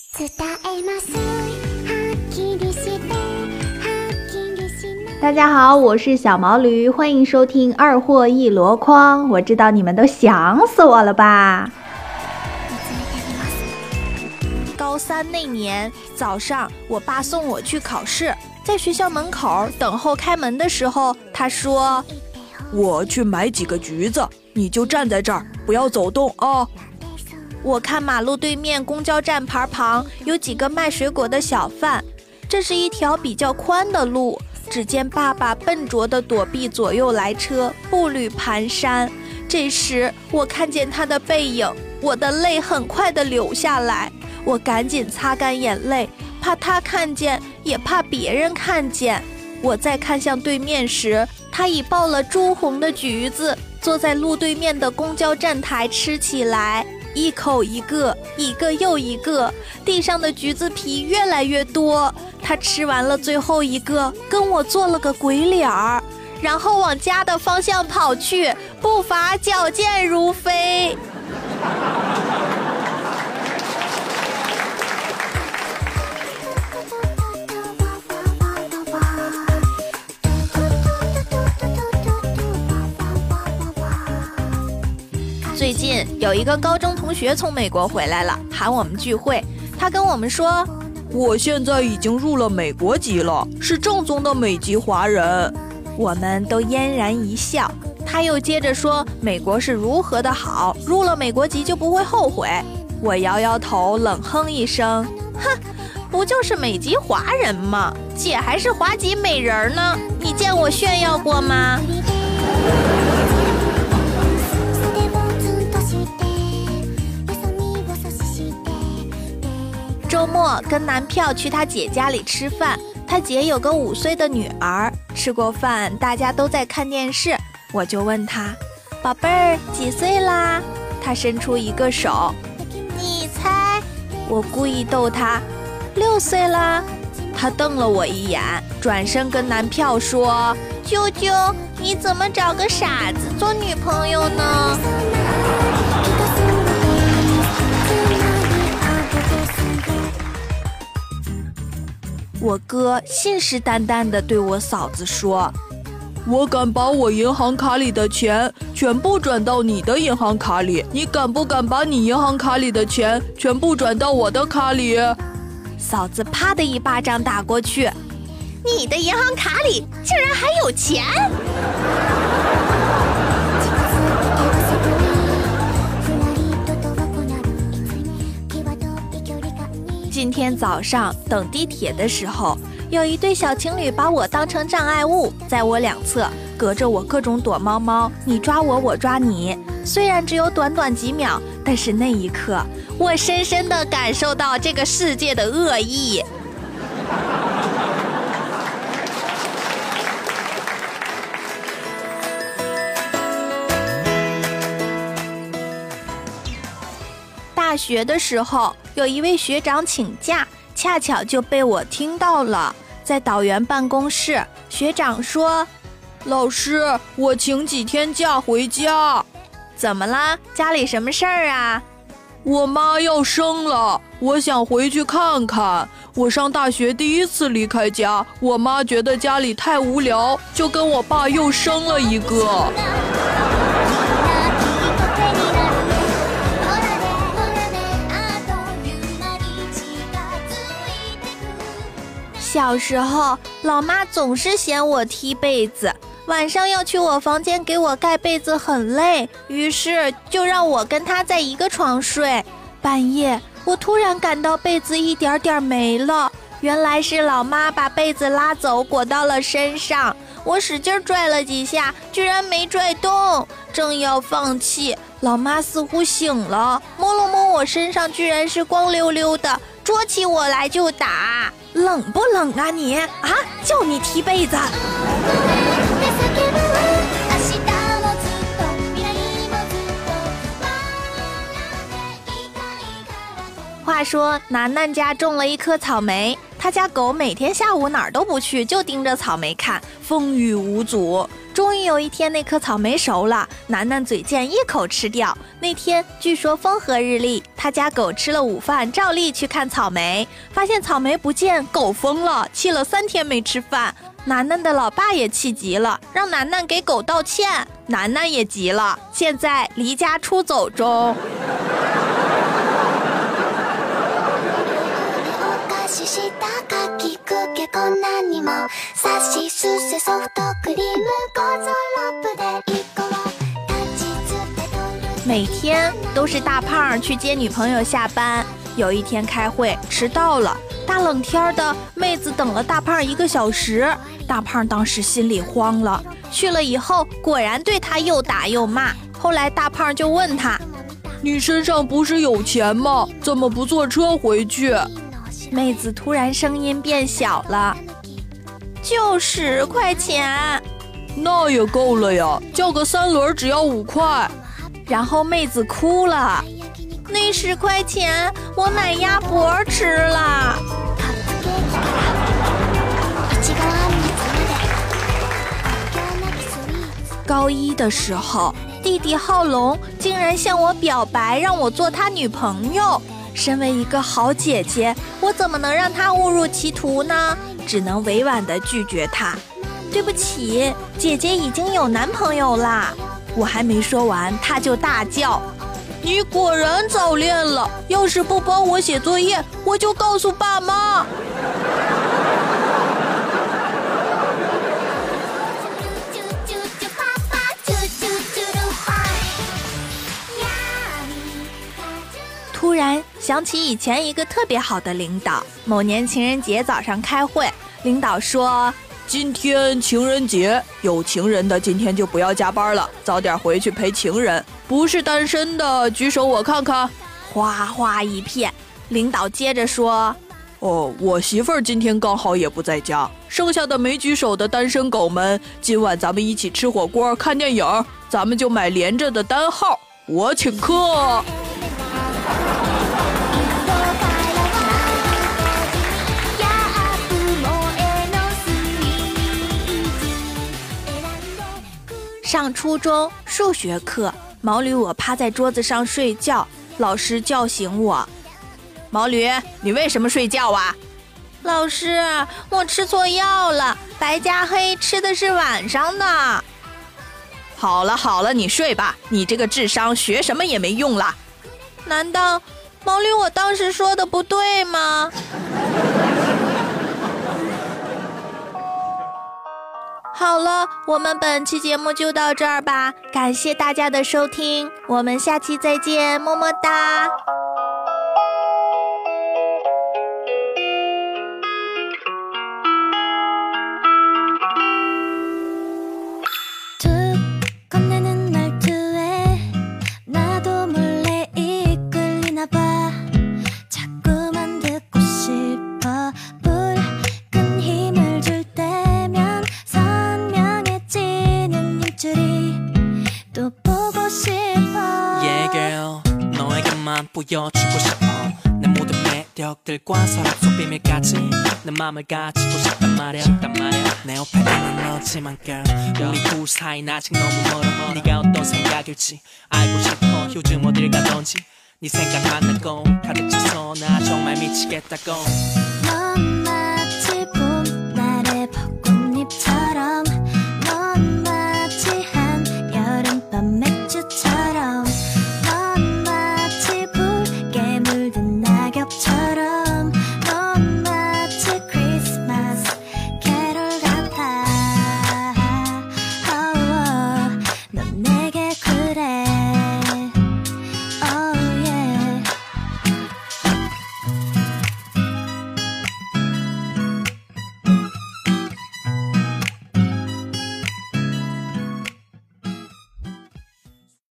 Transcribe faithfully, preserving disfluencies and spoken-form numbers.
大家好，我是小毛驴，欢迎收听二货一箩筐。我知道你们都想死我了吧。 高三那年早上，我爸送我去考试，在学校门口等候开门的时候，他说：“ 我去买几个橘子，你就站在这儿，不要走动啊。” 我看马路对面公交站牌旁有几个卖水果的小贩，这是一条比较宽的路。只见爸爸笨拙地躲避左右来车，步履蹒跚。这时我看见他的背影，我的泪很快地流下来。我赶紧擦干眼泪，怕他看见，也怕别人看见。我再看向对面时，他已抱了朱红的橘子，坐在路对面的公交站台吃起来，一口一个，一个又一个，地上的橘子皮越来越多。他吃完了最后一个，跟我做了个鬼脸儿，然后往家的方向跑去，步伐矫健如飞。最近有一个高中同学从美国回来了，喊我们聚会。他跟我们说， 我现在已经入了美国籍了，是正宗的美籍华人。 我们都嫣然一笑。他又接着说美国是如何的好，入了美国籍就不会后悔。我摇摇头，冷哼一声，哼，不就是美籍华人吗？姐还是华籍美人呢，你见我炫耀过吗？周末跟男票去他姐家里吃饭，他姐有个五岁的女儿。吃过饭，大家都在看电视，我就问他，宝贝儿几岁啦？他伸出一个手，你猜？我故意逗他，六岁啦。他瞪了我一眼，转身跟男票说，舅舅，你怎么找个傻子做女朋友呢？我哥信誓旦旦地对我嫂子说， 我敢把我银行卡里的钱全部转到你的银行卡里，你敢不敢把你银行卡里的钱全部转到我的卡里？ 嫂子啪的一巴掌打过去，你的银行卡里竟然还有钱！今天早上等地铁的时候，有一对小情侣把我当成障碍物，在我两侧隔着我各种躲猫猫，你抓我我抓你。虽然只有短短几秒，但是那一刻我深深地感受到这个世界的恶意。大学的时候，有一位学长请假，恰巧就被我听到了。在导员办公室，学长说， 老师，我请几天假回家。 怎么啦？家里什么事儿啊？ 我妈要生了，我想回去看看。我上大学第一次离开家，我妈觉得家里太无聊，就跟我爸又生了一个。 小时候，老妈总是嫌我踢被子，晚上要去我房间给我盖被子很累，于是就让我跟她在一个床睡。半夜，我突然感到被子一点点没了，原来是老妈把被子拉走裹到了身上。我使劲拽了几下，居然没拽动，正要放弃，老妈似乎醒了，摸了摸我身上，居然是光溜溜的，捉起我来就打。冷不冷啊你啊？叫你踢被子。话说楠楠家种了一棵草莓，他家狗每天下午哪儿都不去，就盯着草莓看，风雨无阻。 终于有一天，那颗草莓熟了，楠楠嘴贱一口吃掉。那天据说风和日丽，他家狗吃了午饭，照例去看草莓，发现草莓不见，狗疯了，气了三天没吃饭。楠楠的老爸也气急了，让楠楠给狗道歉。楠楠也急了，现在离家出走中。每天都是大胖去接女朋友下班，有一天开会迟到了，大冷天的，妹子等了大胖一个小时，大胖当时心里慌了，去了以后果然对他又打又骂。后来大胖就问他： 你身上不是有钱吗？怎么不坐车回去？ 妹子突然声音变小了，就十块钱。 那也够了呀，叫个三轮只要五块。 然后妹子哭了，那十块钱我买鸭脖吃了。高一的时候，弟弟浩龙竟然向我表白，让我做他女朋友。身为一个好姐姐，我怎么能让他误入歧途呢？只能委婉地拒绝他。对不起，姐姐已经有男朋友啦。我还没说完，他就大叫：你果然早恋了，要是不帮我写作业，我就告诉爸妈。突然想起以前一个特别好的领导，某年情人节早上开会，领导说： 今天情人节，有情人的今天就不要加班了，早点回去陪情人。不是单身的举手我看看。 哗哗一片。领导接着说： 哦，我媳妇儿今天刚好也不在家，剩下的没举手的单身狗们，今晚咱们一起吃火锅看电影，咱们就买连着的单号，我请客。上初中数学课，毛驴我趴在桌子上睡觉，老师叫醒我：毛驴，你为什么睡觉啊？老师，我吃错药了，白加黑吃的是晚上的。好了好了，你睡吧，你这个智商学什么也没用啦。难道毛驴我当时说的不对吗？好了，我们本期节目就到这儿吧，感谢大家的收听，我们下期再见，么么哒。 보여주고 싶어 내 모든 매력들과 서로 속 비밀까지 내 맘을 가지고 싶단 말이야 내 옆에 있는 너지만 girl 우리 둘 사이는 아직 너무 멀어 네가 어떤 생각일지 알고 싶어 요즘 어딜 가던지 네 생각만 나고 가득 차서 나 정말 미치겠다고